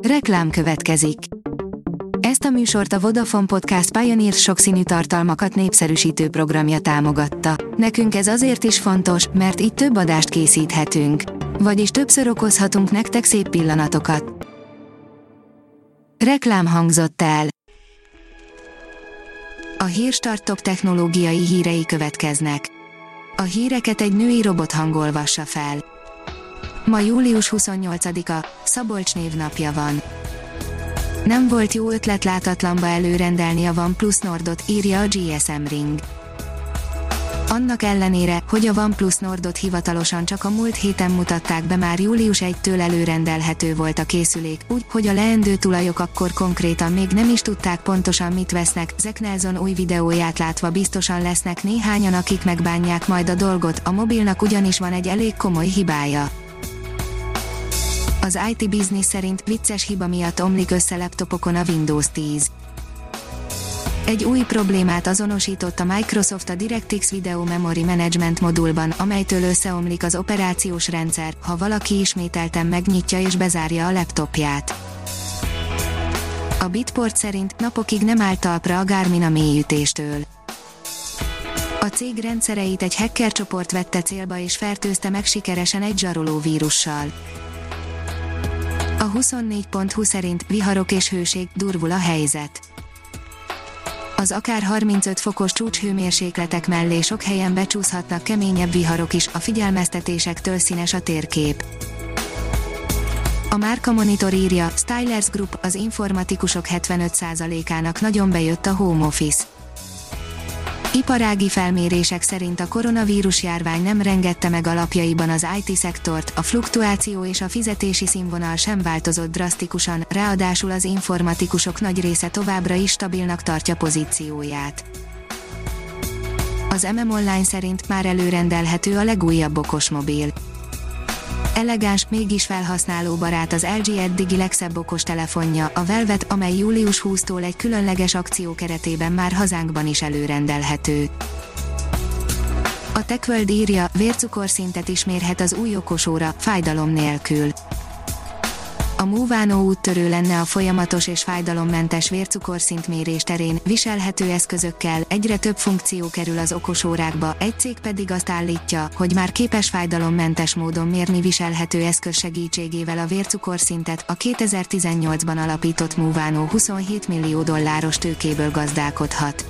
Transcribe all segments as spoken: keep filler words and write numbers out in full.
Reklám következik. Ezt a műsort a Vodafone Podcast Pioneer sokszínű tartalmakat népszerűsítő programja támogatta. Nekünk ez azért is fontos, mert így több adást készíthetünk. Vagyis többször okozhatunk nektek szép pillanatokat. Reklám hangzott el. A Hírstart top technológiai hírei következnek. A híreket egy női robot olvassa fel. Ma július huszonnyolcadika, Szabolcs névnapja van. Nem volt jó ötlet látatlanba előrendelni a OnePlus Nordot, írja a gé es em Ring. Annak ellenére, hogy a OnePlus Nordot hivatalosan csak a múlt héten mutatták be, már július elsejétől előrendelhető volt a készülék, úgy, hogy a leendő tulajok akkor konkrétan még nem is tudták pontosan mit vesznek. Zac Nelson új videóját látva biztosan lesznek néhányan, akik megbánják majd a dolgot, a mobilnak ugyanis van egy elég komoly hibája. Az i té Business szerint vicces hiba miatt omlik össze laptopokon a Windows tíz. Egy új problémát azonosított a Microsoft a DirectX Video Memory Management modulban, amelytől összeomlik az operációs rendszer, ha valaki ismételten megnyitja és bezárja a laptopját. A Bitport szerint napokig nem állt talpra a Garmin a mélyütéstől. A cég rendszereit egy hacker csoport vette célba és fertőzte meg sikeresen egy zsaroló vírussal. A huszonnégy pont hu szerint viharok és hőség, durvul a helyzet. Az akár harmincöt fokos csúcshőmérsékletek mellé sok helyen becsúszhatnak keményebb viharok is, a figyelmeztetésektől színes a térkép. A Márka Monitor írja, Stylers Group, az informatikusok hetvenöt százalékának nagyon bejött a home office. Iparági felmérések szerint a koronavírus járvány nem rengette meg alapjaiban az i té szektort, a fluktuáció és a fizetési színvonal sem változott drasztikusan, ráadásul az informatikusok nagy része továbbra is stabilnak tartja pozícióját. Az em em Online szerint már előrendelhető a legújabb okosmobil. Elegáns, mégis felhasználóbarát az el gé eddigi legszebb okostelefonja, a Velvet, amely július huszadikától egy különleges akció keretében már hazánkban is előrendelhető. A TechWorld írja, vércukorszintet is mérhet az új okosóra, fájdalom nélkül. A Movano úttörő lenne a folyamatos és fájdalommentes vércukorszintmérés terén, viselhető eszközökkel, egyre több funkció kerül az okosórákba, egy cég pedig azt állítja, hogy már képes fájdalommentes módon mérni viselhető eszköz segítségével a vércukorszintet. A kétezer-tizennyolcban alapított Movano huszonhét millió dolláros tőkéből gazdálkodhat.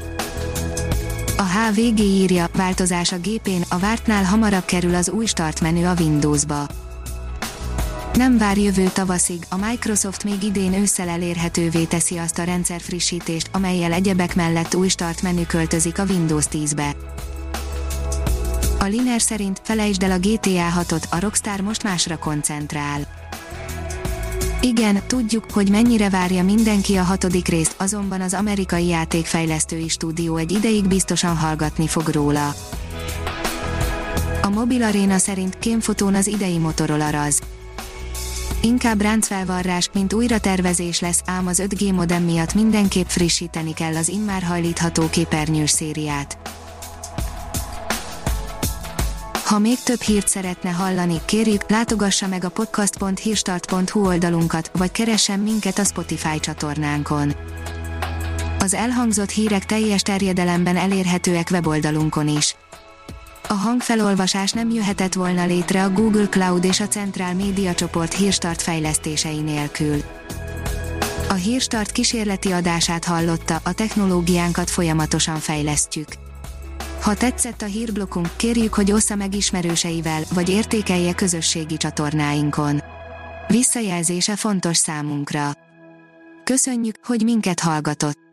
A há vé gé írja, változás a gépén, a vártnál hamarabb kerül az új startmenü a Windowsba. Nem vár jövő tavaszig, a Microsoft még idén ősszel elérhetővé teszi azt a rendszerfrissítést, amellyel egyebek mellett új start menü költözik a Windows tízbe. A Liner szerint felejtsd el a gé té á hatot, a Rockstar most másra koncentrál. Igen, tudjuk, hogy mennyire várja mindenki a hatodik részt, azonban az amerikai játékfejlesztői stúdió egy ideig biztosan hallgatni fog róla. A Mobil Arena szerint kémfotón az idei Motorola raz. Inkább ráncfelvarrás, mint újratervezés lesz, ám az öt gé modem miatt mindenképp frissíteni kell az immár hajlítható képernyős szériát. Ha még több hírt szeretne hallani, kérjük, látogassa meg a podcast pont hírstart pont hu oldalunkat, vagy keressen minket a Spotify csatornánkon. Az elhangzott hírek teljes terjedelemben elérhetőek weboldalunkon is. A hangfelolvasás nem jöhetett volna létre a Google Cloud és a Centrál Média csoport Hírstart fejlesztései nélkül. A Hírstart kísérleti adását hallotta, a technológiánkat folyamatosan fejlesztjük. Ha tetszett a hírblokkunk, kérjük, hogy ossza meg ismerőseivel, vagy értékelje közösségi csatornáinkon. Visszajelzése fontos számunkra. Köszönjük, hogy minket hallgatott!